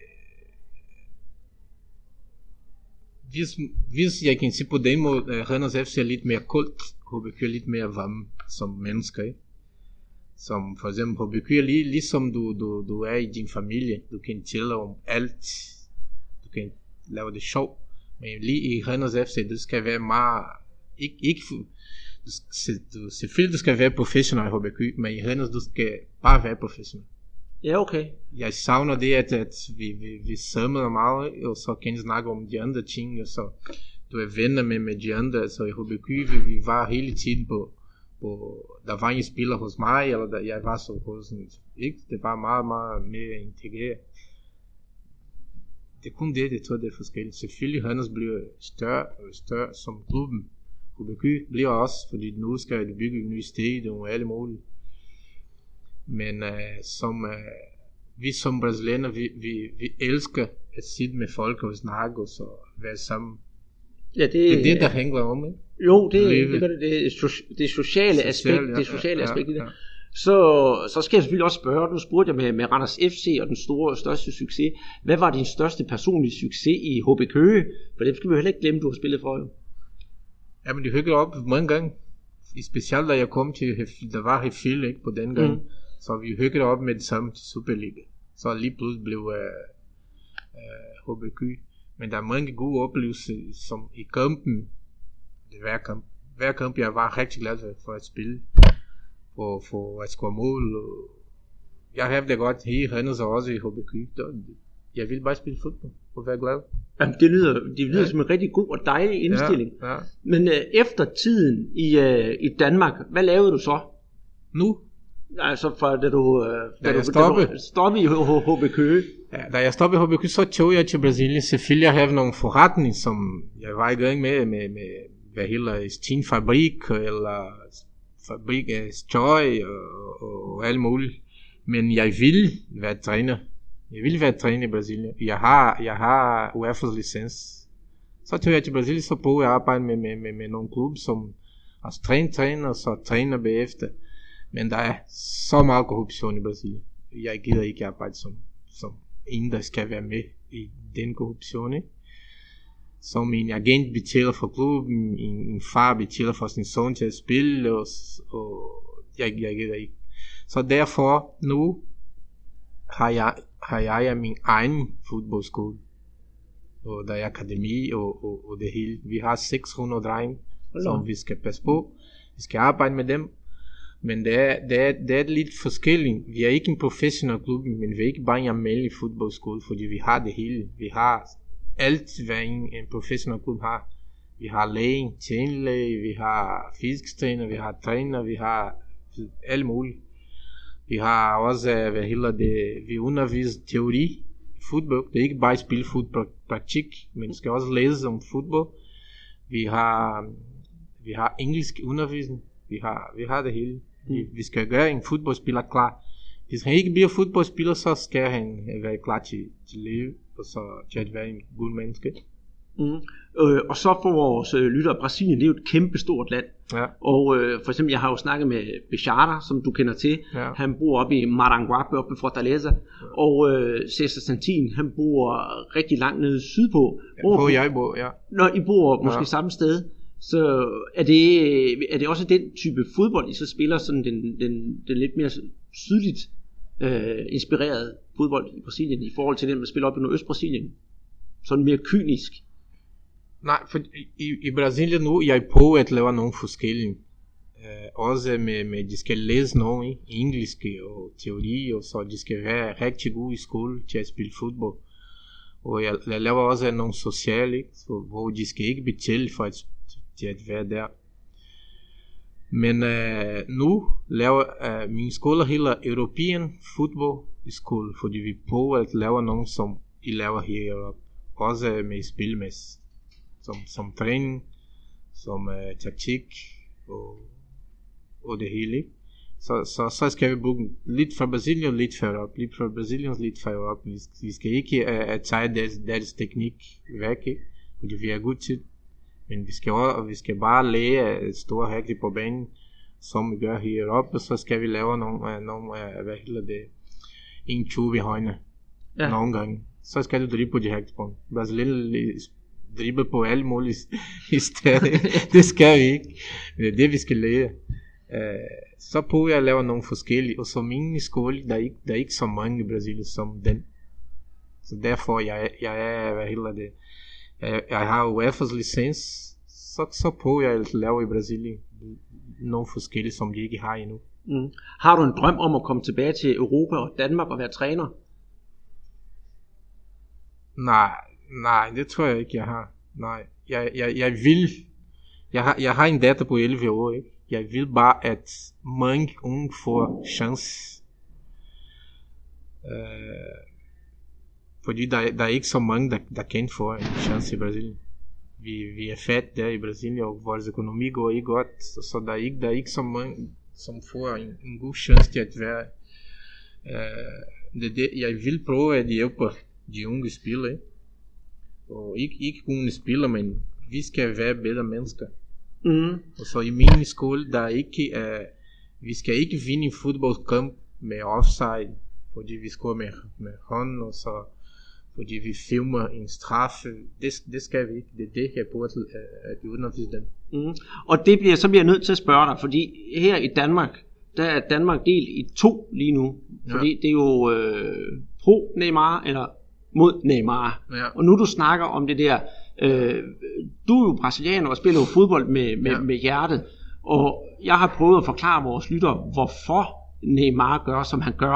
Hvis, hvis jeg kan sige på den måde, at Randers F C er lidt mere koldt, H B K er lidt mere varme som mennesker, ikke? Som for eksempel H B K er lige, ligesom du, du, du er i din familie, du kan tælle om alt, du kan lave det sjov, men lige i Randers F C, du skal være meget, ikke, ikke du, du, selvfølgelig du skal være professionel i H B K, men i Randers du skal bare være professionel. Ja, okay. Jeg savner det, at, at vi, vi, vi samler meget, og så kan vi snakke om de andre ting, og så du er venner med, med de andre, så i H B K vi, vi var hele tiden på, på, der var en spiller hos mig, eller der, jeg var så hos en, ikke? Det var meget, meget mere integreret. Det er kun det, det tror det er forskelligt. Selvfølgelig Randers bliver større og større som klubben. H B K bliver også, fordi nu skal de bygge en ny stadion og alle mulige. Men uh, som uh, vi som brasilianer, vi, vi, vi elsker at sidde med folk og snakke og så være sammen. Ja, det, Det er det, der hænger om, ikke? Jo, det, Leve. det gør det. Det, er so- det sociale Social, aspekt, ja, det sociale ja, aspekt i det. ja. Så, så skal jeg selvfølgelig også spørge, nu spurgte jeg med, med Randers F C og den store største succes. Hvad var din største personlige succes i H B Køge? For det skal vi jo heller ikke glemme, du har spillet for jo. Jamen, det hyggede op mange gange. Specielt da jeg kom til, der var Hefil, ikke, på den gang. Mm. Så vi hyggede op med det samme til Superliga. Så lige pludselig blev uh, uh, H B K. Men der er mange gode oplevelser, som i kampen, det er hver kamp. Hver kamp, jeg var rigtig glad for at spille. For, for at score mål. Og jeg har det godt her i Randers og også i H B K. Jeg vil bare spille fodbold. og være glad. Jamen, det lyder, det lyder ja. som en rigtig god og dejlig indstilling. Ja, ja. Men øh, efter tiden i, øh, i Danmark, hvad lavede du så? Nu? Altså fra da du, øh, da da du, stoppede. da du stoppede i H B Køge? Ja, da jeg stoppede i H B Køge, så tog jeg til Brasilien. Selvfølgelig jeg havde nogle forretning, som jeg var i gang med, med, med hvad hedder Stenfabrik, eller fabrik af tøj og, og alt muligt. Men jeg vil være træner. Jeg vil være træner i Brasilien. Jeg har, jeg har U E F A's licens. Så tog jeg til Brasilien, så prøvede jeg at arbejde med, med, med, med nogle klub, som altså træner, træner, og så træner bagefter. Men der er så meget korruption i Brasilien. Jeg gider ikke arbejde som, som en, der skal være med i den korruption. Ikke? Så min agent betaler for klubben, min, min far betaler for sin søn til at spille, og, og jeg, jeg gider ikke. Så derfor nu har jeg, har jeg min egen fodboldskole. Og der er akademi og, og, og det hele. Vi har seks hundrede drenge, som vi skal passe på. Vi skal arbejde med dem. Men det er, det, er, det er lidt forskelligt. Vi er ikke en professionel klub, men vi er ikke bare en almindelig fodboldskole, fordi vi har det hele. Vi har alt, hvad en, en professionel klub har. Vi har læge, tjenlæge, vi har fysisk træner, vi har træner, vi har alt muligt. Vi har også, hvad hedder det, vi underviser teori i fodbold. Det er ikke bare spille fodbold praktik, men vi skal også læse om fodbold. Vi har, vi har engelsk undervisning. Vi har, vi har det hele. Vi, vi skal gøre en fodboldspiller klar. Hvis han ikke bliver fodboldspiller, så skal han være klar til, til liv, og så til at være en god menneske. Mm. Øh, og så for vores øh, lyttere, Brasilien, det er jo et kæmpe stort land. Ja. Og øh, for eksempel, jeg har jo snakket med Bechata, som du kender til. Ja. Han bor oppe i Maranguape, oppe i Fortaleza. Ja. Og øh, Cesar Santin, han bor rigtig langt nede sydpå. Ja, hvor jeg bor, ja. Når I bor måske ja. samme sted, så er det, er det også den type fodbold, I så spiller, sådan den, den, den lidt mere sydligt øh, inspireret fodbold i Brasilien, i forhold til den, man spiller op i Nordøst-Brasilien? Sådan mere kynisk? Nej, for i, i Brasilien nu, jeg prøver at lave nogle forskellige. Uh, også med, med, de skal læse noget i engelsk og teori, og så de skal være rigtig gode i skole til at spille fodbold. Og jeg, jeg laver også nogle sociale, så, hvor de skal ikke betale for at, til at være der. Men uh, nu laver uh, min skole hedder European Football School, fordi vi prøver at lave noget, som I laver her i Europa. Også med spilmæssigt. Som, som træning, som uh, taktik og, og det hele. Så, så, så skal vi bruge lidt fra Brasilien, lidt fra Europa, lidt fra Brasilien, lidt fra Europa. Vi, vi skal ikke uh, tage deres, deres teknik væk, fordi vi er godt til. Men vi skal, også, vi skal bare lære et stort hægte på banen, som vi gør her i Europa. Så skal vi lave nogle, uh, nogle uh, hvad hedder det, en tyve i højne, ja. Nogle gange. Så skal du drible på de hægte på. Brasilien drible på alle mulige i stedet. Det skal vi ikke. Det er det, vi skal lære. Uh, så prøver jeg at lave nogle forskellige. Og så min skole, der er ikke, der er ikke så mange i Brasilien som den. Så derfor, jeg, jeg er, hvad hedder det, jeg, jeg har U E F A's licens. Så, så prøver jeg at lave i Brasilien nogle forskellige, som de ikke har endnu. Mm. Har du en drøm om at komme tilbage til Europa og Danmark og være træner? Nej, nej, det tror jeg ikke, jeg har. Nej, jeg, jeg, jeg vil, jeg har, jeg har en datter på elleve år, ikke? Jeg vil bare, at mange unge får chance. Uh, fordi der, der er ikke så mange, der, der kan få en chance i Brasilien. Vi, vi er fat der i Brasilien, og vores økonomi går ikke godt, så, så der, er ikke, der er ikke så mange, som får en, en god chance til at være. Uh, det, det, jeg vil prøve at hjælpe de unge spillere, ikke? Og ikke, ikke kun spiller, men vi skal være bedre mennesker. Mm. Og så i min skole, der er ikke, uh, vi skal ikke vinde en fodboldkamp med offside, fordi vi scorer med, med hånd, og så fordi vi filmer en straffe. Det, det skal vi ikke. Det er det, jeg burde at, at undervise dem. Mm. Og det bliver, så bliver jeg nødt til at spørge dig, fordi her i Danmark, der er Danmark delt i to lige nu. Fordi ja. Det er jo øh, pro Neymar, eller mod Neymar. Ja. Og nu du snakker om det der, øh, du er jo brasilianer og spiller jo fodbold med, med, ja. med hjertet, og jeg har prøvet at forklare vores lyttere, hvorfor Neymar gør, som han gør,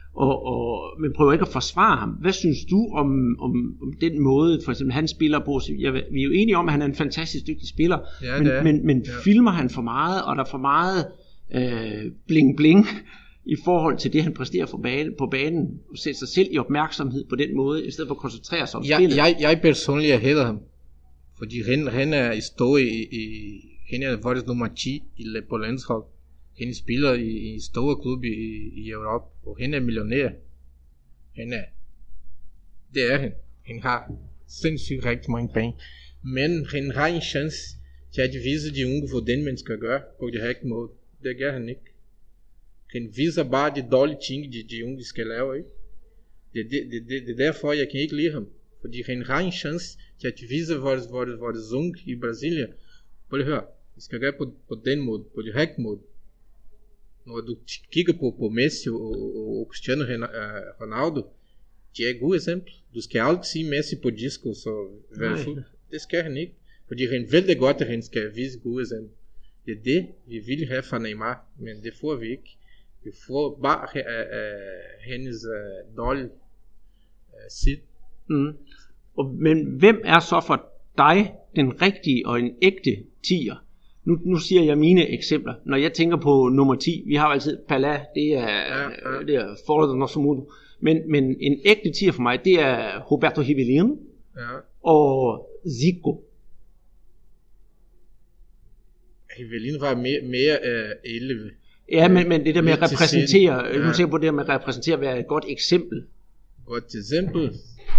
og, og, men prøver ikke at forsvare ham. Hvad synes du om, om, om den måde, for eksempel han spiller på? Jeg, vi er jo enige om, at han er en fantastisk dygtig spiller, ja, men, men, men ja. filmer han for meget, og der er for meget øh, bling bling i forhold til det, han præsterer for bane, på banen, og sætter sig selv i opmærksomhed på den måde, i stedet for at koncentrere sig om ja, spillet? Jeg, jeg personligt hader ham, fordi han, han er stå i, i han er vores nummer ti i, på landshold. Han spiller i, i store klubber i, i Europa, og han er millionær. Han er, det er han. Han har sindssygt rigtig mange penge, men han har en chance til at vise de unge, hvordan man skal gøre på det rigtige måde. Det gør han ikke. Han viser bare de dårlige ting, de, de unge skal lave, ikke? Det, det, det, det, det er derfor, jeg kan ikke lide ham. Fordi han har en chance til at vise vores, vores, vores unge i Brasilien. Prøv at høre, vi skal gøre på, på den måde, på det rigtige måde. Når du kigger på, på Messi og, og, og Cristiano Ronaldo, de er et godt eksempel. Du skal aldrig sige Messi på disco, så det skal han ikke. Fordi han ved det godt, at han skal vise gode eksempel. Det er det, vi vil have fra Neymar, men det får vi ikke. Vi får bare uh, uh, hendes uh, dårlige uh, sit. Mm. Og, men hvem er så for dig den rigtige og en ægte tier? Nu, nu siger jeg mine eksempler. Når jeg tænker på nummer ti, vi har jo altid Pelé, det er, ja, ja. det er Fora do Nosso Mundo. Men, men en ægte tier for mig, det er Roberto Rivelino, ja. Og Zico. Rivelino var mere, mere uh, elleve. Ja, men, men det der med at repræsentere, ja. Nu tænker på det der med at repræsentere, at være et godt eksempel. Godt eksempel.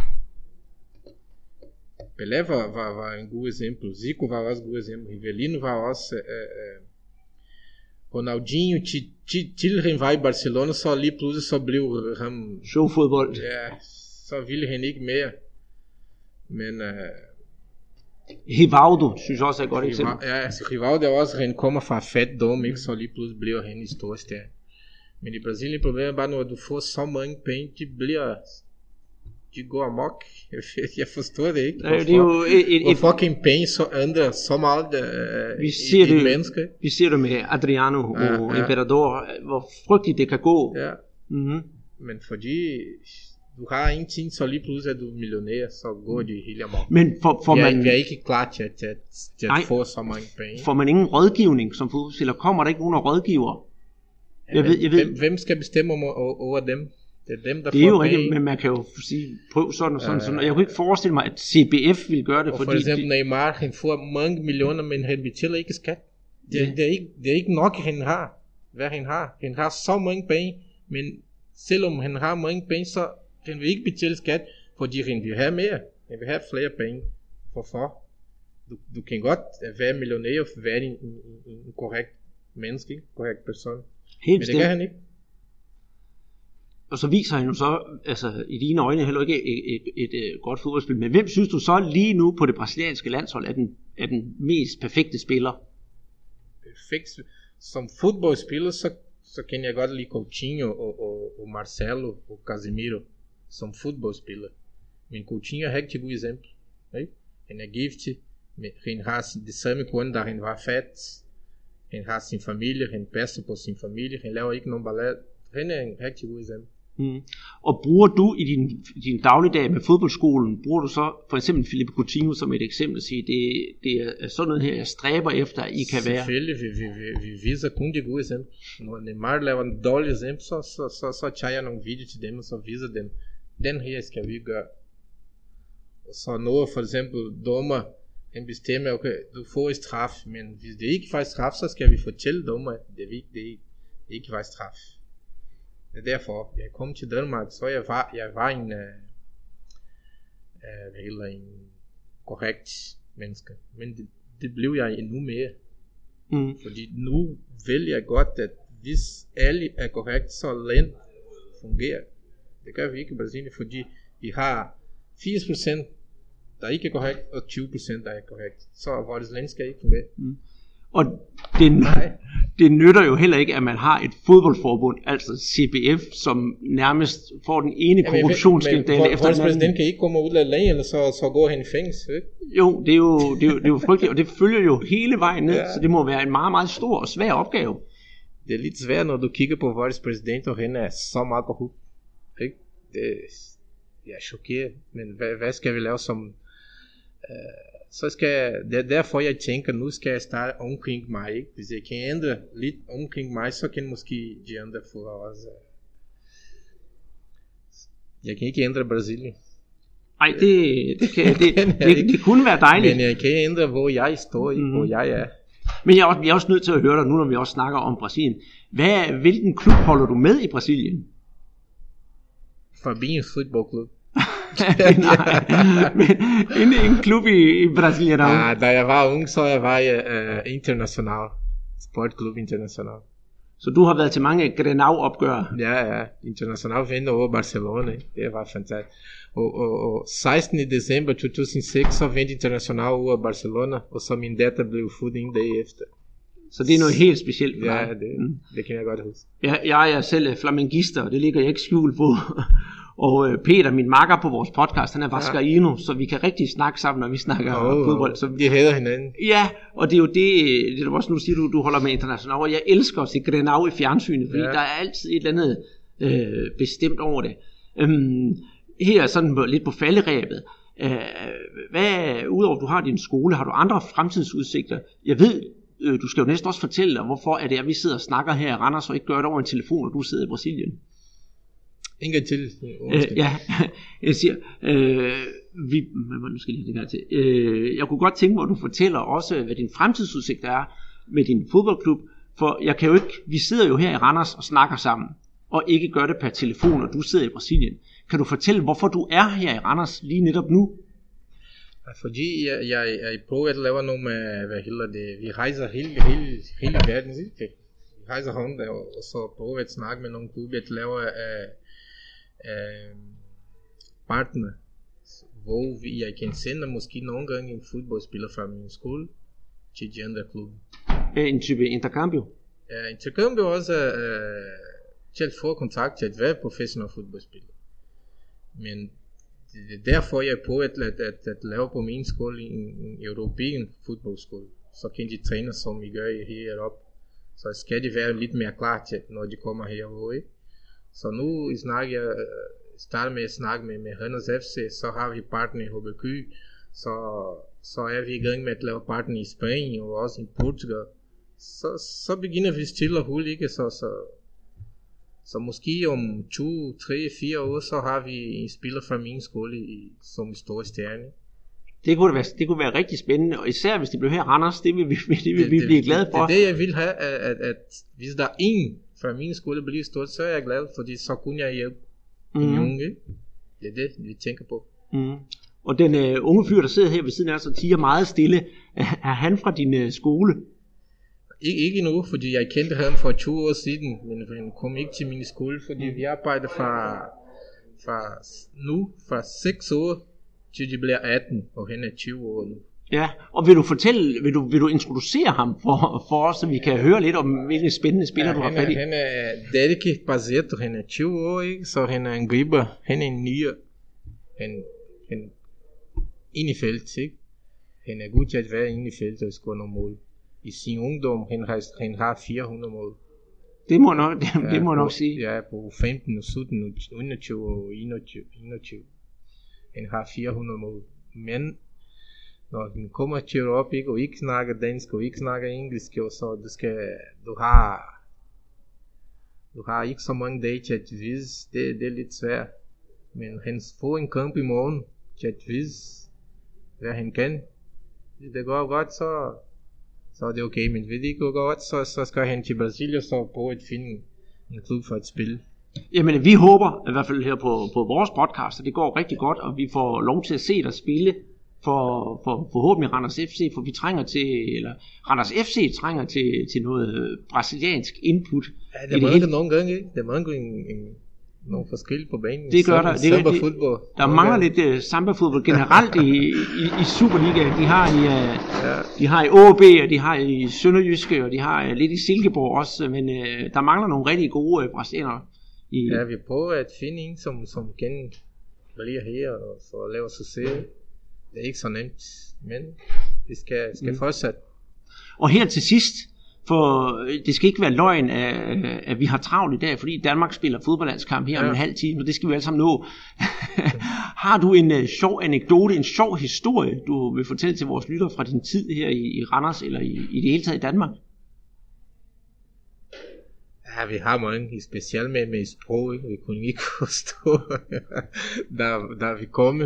Pelé var, var, var en god eksempel. Zico var også et godt eksempel. Rivelino var også... Uh, uh, Ronaldinho, til, til, til han var i Barcelona, så lige pludselig så blev han... Showfodbold. Ja, så ville han ikke mere. Men... Uh, Rivaldo, synes jeg også er et godt Riva- eksempel. Ja, altså Rivaldo er også, han kommer fra fattigdom, ikke? Så lige pludselig bliver han i stor stjerne. Men i Brasilien problemet er bare, når du får så mange penge, de bliver... De går amok. Jeg forstår det ikke. Hvorfor, det er jo et, et, hvorfor kan penge så ændre så meget uh, vi ser i, det, i mennesker? Vi ser det med Adriano ja, og ja. Imperador, hvor frygteligt det kan gå. Ja. Mm-hmm. Men fordi du har en ting, så lige pludselig er du millionær, så går de helt amok. Men for, for jeg, man, jeg er ikke klar til at, til at, til at få så mange penge. Får man ingen rådgivning som fodboldspiller? Kommer der ikke nogen rådgiver? Ja, jeg ved, jeg ved, hvem, hvem skal bestemme over, over dem? Det er dem, der det er jo rigtigt, men man kan jo sige, prøv sådan og sådan, ja, sådan. Og jeg kunne ikke forestille mig, at C B F vil gøre det. Og fordi for eksempel de... Neymar, han får mange millioner, men han betaler ikke skat. Det, ja. det, er ikke, det er ikke nok, han har. Hvad han har. Han har så mange penge, men selvom han har mange penge, så han vil ikke betale skat, fordi han vil have mere. Han vil have flere penge. Hvorfor? Du, du kan godt være millionær og være en, en, en korrekt menneske, en korrekt person. Helt men det kan han ikke. Og så viser han jo så, altså i dine øjne, heller ikke et, et, et, et godt fodboldspil. Men hvem synes du så lige nu på det brasilianske landshold er den, er den mest perfekte spiller? Perfekt. Som fodboldspiller, så, så kan jeg godt lide Coutinho og, og, og Marcelo og Casemiro som fodboldspiller. Men Coutinho er rigtig god eksempel. Ikke? Han er giftig, men han har det samme kun, da han var fat. Han har sin familie, han passer på sin familie, han laver ikke nogen ballade. Han er en rigtig god eksempel. Mm. Og bruger du i din, din dagligdag med fodboldskolen, bruger du så for eksempel Filipe Coutinho som et eksempel at sige, det, det er sådan noget her, jeg stræber efter, at I kan være? Selvfølgelig, vi, vi, vi, vi viser kun de gode eksempel. Når Neymar laver en dårlig eksempel, så, så, så, så tager jeg nogle videoer til dem, og så viser dem, den her skal vi gøre. Så når for eksempel dommer, han bestemmer, okay, du får et straf, men hvis det ikke var straf, så skal vi fortælle dommer, at det, det, det ikke var straf. Det er derfor, jeg kom til Danmark, så jeg var, jeg var en, uh, uh, en korrekt menneske. Men det, det blev jeg endnu mere. Mm. Fordi nu vil jeg godt, at hvis alle er korrekt, så land fungerer. Det gør vi ikke i Brasilien, fordi vi har firs procent, der ikke er korrekt, og tyve procent, der er korrekt. Så vores land skal ikke fungere. Mm. Og det, det nytter jo heller ikke, at man har et fodboldforbund, altså C B F, som nærmest får den ene korruptionsskandale efter den anden. Præsident kan ikke komme ud af landet, eller så, så går han i fængsel, ikke? Jo, det er jo, det er jo, det er jo frygteligt, og det følger jo hele vejen ned, ja. Så det må være en meget, meget stor og svær opgave. Det er lidt svært, når du kigger på vores præsident, og han er så meget korrupt. ikke? Det, jeg er chokeret, men hvad, hvad skal vi lave som... Øh, så skal det er derfor jeg tænker, nu skal jeg starte omkring mig, ikke? Hvis jeg kan ændre lidt omkring mig, så kan måske de andre få også. Jeg kan ikke ændre Brasilien. Nej, det, det, kan, det, det, det, det kunne være dejligt. Men jeg kan ændre, hvor jeg står, mm. hvor jeg er. Men jeg er, også, jeg er også nødt til at høre dig nu, når vi også snakker om Brasilien. Hvad, hvilken klub holder du med i Brasilien? Fabinho fodboldklub. Nej, men en, en klub i, i Brasilien. Ja, da jeg var ung, så jeg var i uh, International Sportklub International. Så du har været til mange Grenau-opgør? Ja, ja. International vinder over Barcelona. Det var fantastisk. Og, og, og sekstende december to tusind og seks, så vendte International over Barcelona, og så min datter blev født en dag efter. Så det er noget helt specielt for dig? Ja, det, mm. det kan jeg godt huske. Jeg, jeg er selv flamengister, og det ligger jeg ikke skjult på. Og Peter, min makker på vores podcast, han er vaskerino, ja. Så vi kan rigtig snakke sammen, når vi snakker oh, fodbold. Så de hader hinanden. Ja, og det er jo det, det er også nu siger du, du holder med International, og jeg elsker at se Grenau i fjernsynet, fordi ja. Der er altid et eller andet øh, bestemt over det. Øhm, her sådan lidt på falderæbet. Øh, hvad, udover at du har din skole, har du andre fremtidsudsigter? Jeg ved, øh, du skal jo næsten også fortælle dig, hvorfor er det, at vi sidder og snakker her i Randers, og ikke gør det over en telefon, og du sidder i Brasilien. Ingen til. Øh, ja, jeg siger, øh, vi, nu skal jeg lige det til. Øh, jeg kunne godt tænke mig, at du fortæller også, hvad din fremtidsudsigt er med din fodboldklub, for jeg kan jo ikke, vi sidder jo her i Randers og snakker sammen, og ikke gør det per telefon, og du sidder i Brasilien. Kan du fortælle, hvorfor du er her i Randers lige netop nu? Fordi jeg, jeg, jeg prøver at lave noget med, hvad hedder det, vi rejser hele, hele, hele verden, ikke? Vi rejser rundt, og, og så prøver at snakke med nogle klubber, at lave uh, uh, partner, hvor vi, jeg kan sende måske nogle gange en fodboldspiller fra min skole til de andre klubber. En type intercambio? Ja, uh, intercambio også uh, til at få kontakt til at være professionel fodboldspiller. Men det er derfor jeg prøver at, at, at, at lave på min skole en, en europæisk fodboldskole. Så kan de træne som vi gør heroppe. Så skal de være lidt mere klar til, når de kommer herovre. Så nu snakker jeg, starter med at snakke med, med Randers F C, så har vi partner i H B Q. Så, så er vi i gang med at lave partner i Spanien og også i Portugal. Så, så begynder vi stille og roligt, ikke? Så, så Så måske om to, tre, fire år, så har vi en spiller fra min skole i, som en stor stjerne. Det kunne være, det kunne være rigtig spændende, og især hvis det blev her Randers, det vil vi, det vil det, vi det, blive glade for. Det er det, jeg vil have, at, at, at hvis der er en fra min skole bliver stort, så er jeg glad, fordi så kunne jeg hjælpe mm. en unge. Det er det, vi tænker på. Mm. Og den uh, unge fyr, der sidder her ved siden af os og tiger meget stille, er han fra din uh, skole? Ik- ikke nu, fordi jeg kendte ham for to år siden, men han kom ikke til min skole, fordi vi arbejder fra, fra nu, fra seks år til de bliver atten, og han er tyve år nu. Ja, og vil du fortælle, vil du, vil du introducere ham for, for os, så vi kan høre lidt om, hvilke spændende spillere ja, du har fat i? Han er Derek Pazeto, han er tyve år, ikke? Så han er en griber, han er en nier, han, han inde i felt, ikke? Han er god til at være inde i feltet og score nogle mål. I sin ungdom, han har, han har fire hundrede mål. Det må nok, det, ja, det må på, nok sige. Ja, på femten og sytten og enogtyve og enogtyve. Han har fire hundrede mål. Men når han kommer til Europa, ikke, og ikke snakker dansk og ikke snakker engelsk, så du skal, du har, du har ikke så mange dage til at vise. Det, det er lidt svært. Men han får en kamp i morgen til at vise, hvad han kan. Hvis det går godt, så så er det okay, men hvis det ikke går godt, så, så skal han til Brasilien og så prøve at finde en klub for at spille. Jamen, vi håber, i hvert fald her på, på vores podcast, at det går rigtig godt, og vi får lov til at se dig spille for, for forhåbentlig Randers F C, for vi trænger til, eller Randers F C trænger til, til noget brasiliansk input. Ja, det mangler nogle gange, ikke? Det mangler en, en, nogle forskel på banen. Det gør der. Det, samba fodbold. Der mangler lidt uh, samba-fodbold generelt i, i, i Superliga. De har i, uh, ja. de har i A B, og de har i Sønderjyske, og de har uh, lidt i Silkeborg også, men uh, der mangler nogle rigtig gode uh, brasilianere. I, ja, vi prøver at finde en, som, som kan blive her og så lave succes. Det er ikke så nemt, men vi skal, skal mm. fortsætte. Og her til sidst, For det skal ikke være løgn, at, at vi har travlt i dag, fordi Danmark spiller fodboldlandskamp her ja. om en halv time, og det skal vi alle sammen nå. Har du en uh, sjov anekdote, en sjov historie, du vil fortælle til vores lyttere fra din tid her i, i Randers, eller i, i det hele taget i Danmark? Ja, vi har mange, specielt med, med sprog, ikke? Vi kunne ikke forstå, da, da vi kom.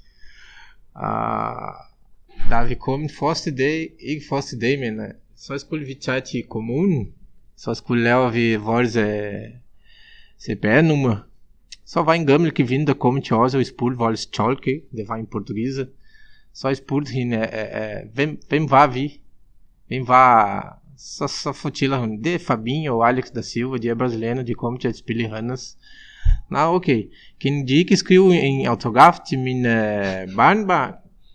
Uh, da vi kom første dag, ikke første dag, men uh, så skulle vi tage til kommunen, så skulle lave vi vores uh, C P R-nummer. Så var en gammel kvinde, der kom til os og spurgte vores tolk, ikke? Det var en portugise. Så jeg spurgte hende, uh, uh, hvem, hvem var vi? Hvem var... Så, så fortæller hun, det er Fabinho og Alex da Silva, de er brasilianer, de kommer til at spille i Randers. Nå, okay. Kan de ikke skrive en autograf til min uh, barnbarn?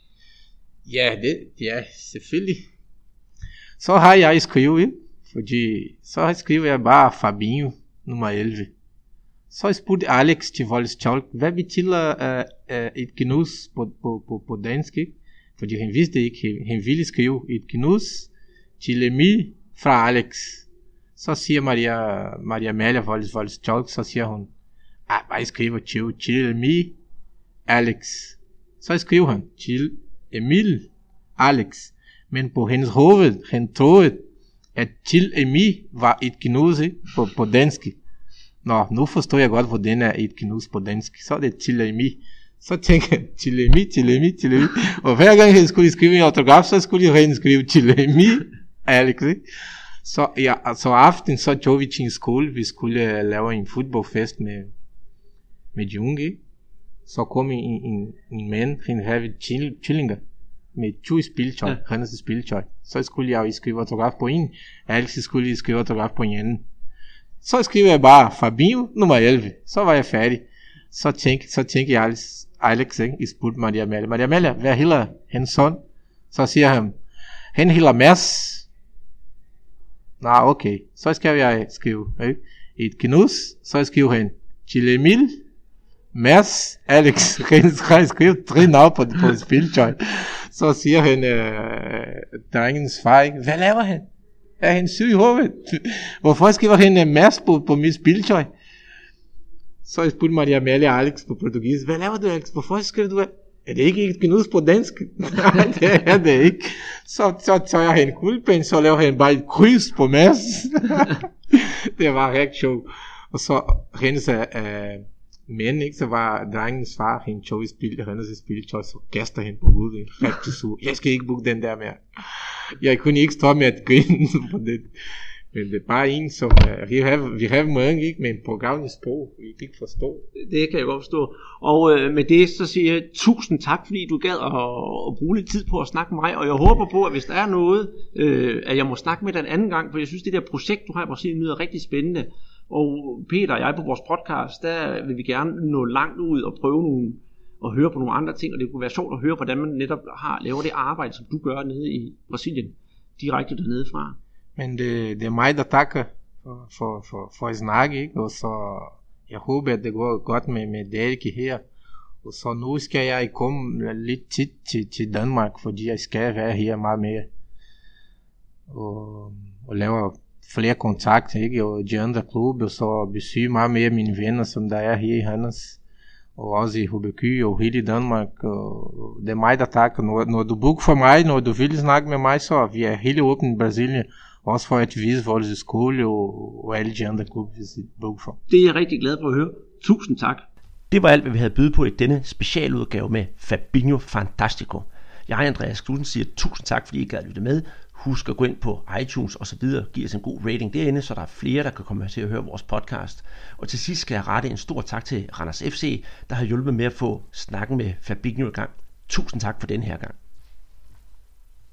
Ja, det, det er selvfølgelig. Så har jeg skrevet, fordi så skriver jeg bare Fabinho, nummer elleve. Så spurgte Alex til vores tolk, hvad betyder uh, uh, et gnus på, på, på, på dansk, ikke? Fordi han vidste ikke, han ville skrive et gnus til Emil fra Alex. Så siger Maria, Maria Amélia, vores, vores tolk, så siger hun, ah, hvad skriver til, til Emil, Alex. Så skriver han, til Emil, Alex. Men på hendes hoved, han troede, at til Emil var et gnus på, på dansk. Nå, nu forstår jeg godt, hvordan er et gnus på dansk. Så er det til Emil. Så tænker jeg, til Emil, til Emil, til Emil. Og hver gang han skulle skrive en autograf, så skulle han skrive til Emil, Alex. Så, ja, så aften, så tog vi til en skole. Vi skulle lave en fodboldfest med, med de unge. Så kom en, en, en mand, han havde tvillinger med to spiltøj, ja. Hendes spiltøj. Så skulle jeg skrive autograf på en, Alex skulle skrive autograf på en anden. Så skriver jeg bare Fabinho, nummer elleve. Så var jeg færdig. Så tænkte, så tænkte jeg Alex, Alex ikke? I spurgte Maria Amélia. Maria Amélia, hvad hedder hans søn? Så siger han, han hedder Mads. Nå, okay. Så skal jeg skrive, ikke? Et gnus. Så skriver han, til Emil, Mads, Alex. Han skal skrive tre navn på, på spiltøj. Så siger han, øh, drengens far, ikke? Hvad laver han? Er han syg i hovedet? Hvorfor skriver han uh, Mads på, på mit spiltøj? Så jeg spurgte Maria Amélia og Alex på portugis. Hvad laver du, Alex? Hvorfor skriver du? Er det ikke et gnus på dansk? Nej, det er det ikke. Så, så tager jeg en kuglepen, så laver han bare et kryds på Mads. Det var rigtig sjovt. Og så hendes uh, mænd, ikke? Så var drengens far, han tog i spil, hendes spiltøj, så kaster han på hovedet. Rigtig sur. Jeg skal ikke bruge den der mere. Jeg kunne ikke stå med at grine på det. Men det er bare en, som uh, vi har, vi har mange, ikke? Men programmet sprog, vi ikke forstå. Det kan jeg godt forstå. Og øh, med det, så siger jeg tusind tak, fordi du gad at, at bruge lidt tid på at snakke med mig. Og jeg håber på, at hvis der er noget, øh, at jeg må snakke med dig en anden gang, for jeg synes, det der projekt, du har i Brasilien, lyder rigtig spændende. Og Peter og jeg på vores podcast, der vil vi gerne nå langt ud og prøve nogle, og høre på nogle andre ting. Og det kunne være sjovt at høre, hvordan man netop har, laver det arbejde, som du gør nede i Brasilien, direkte dernede fra. Men det, det er mig, der takker for, for, for, for at snakke, ikke? Og så jeg håber, at det går godt med, med Derek her. Og så nu skal jeg komme lidt tit til, til Danmark, fordi jeg skal være her meget mere. Og, og lave flere kontakter, ikke? Og de andre klubber, og så besøge meget mere mine venner, som der er her i Randers. Og også i H B Q og hele Danmark. Og det er mig, der takker. Når, når du booker for mig, når du vil snakke med mig, så vi er helt åbne i Brasilien. Også for at vise vores skole og, og alle de andre klubber, vi booker for. Det er jeg rigtig glad for at høre. Tusind tak. Det var alt, hvad vi havde byde på i denne specialudgave med Fabinho Fantastico. Jeg, Andreas Knudsen, siger tusind tak, fordi I gad lytte med. Husk at gå ind på iTunes og så videre, give os en god rating derinde, så der er flere, der kan komme til at høre vores podcast. Og til sidst skal jeg rette en stor tak til Randers F C, der har hjulpet med at få snakken med Fabinho i gang. Tusind tak for den her gang.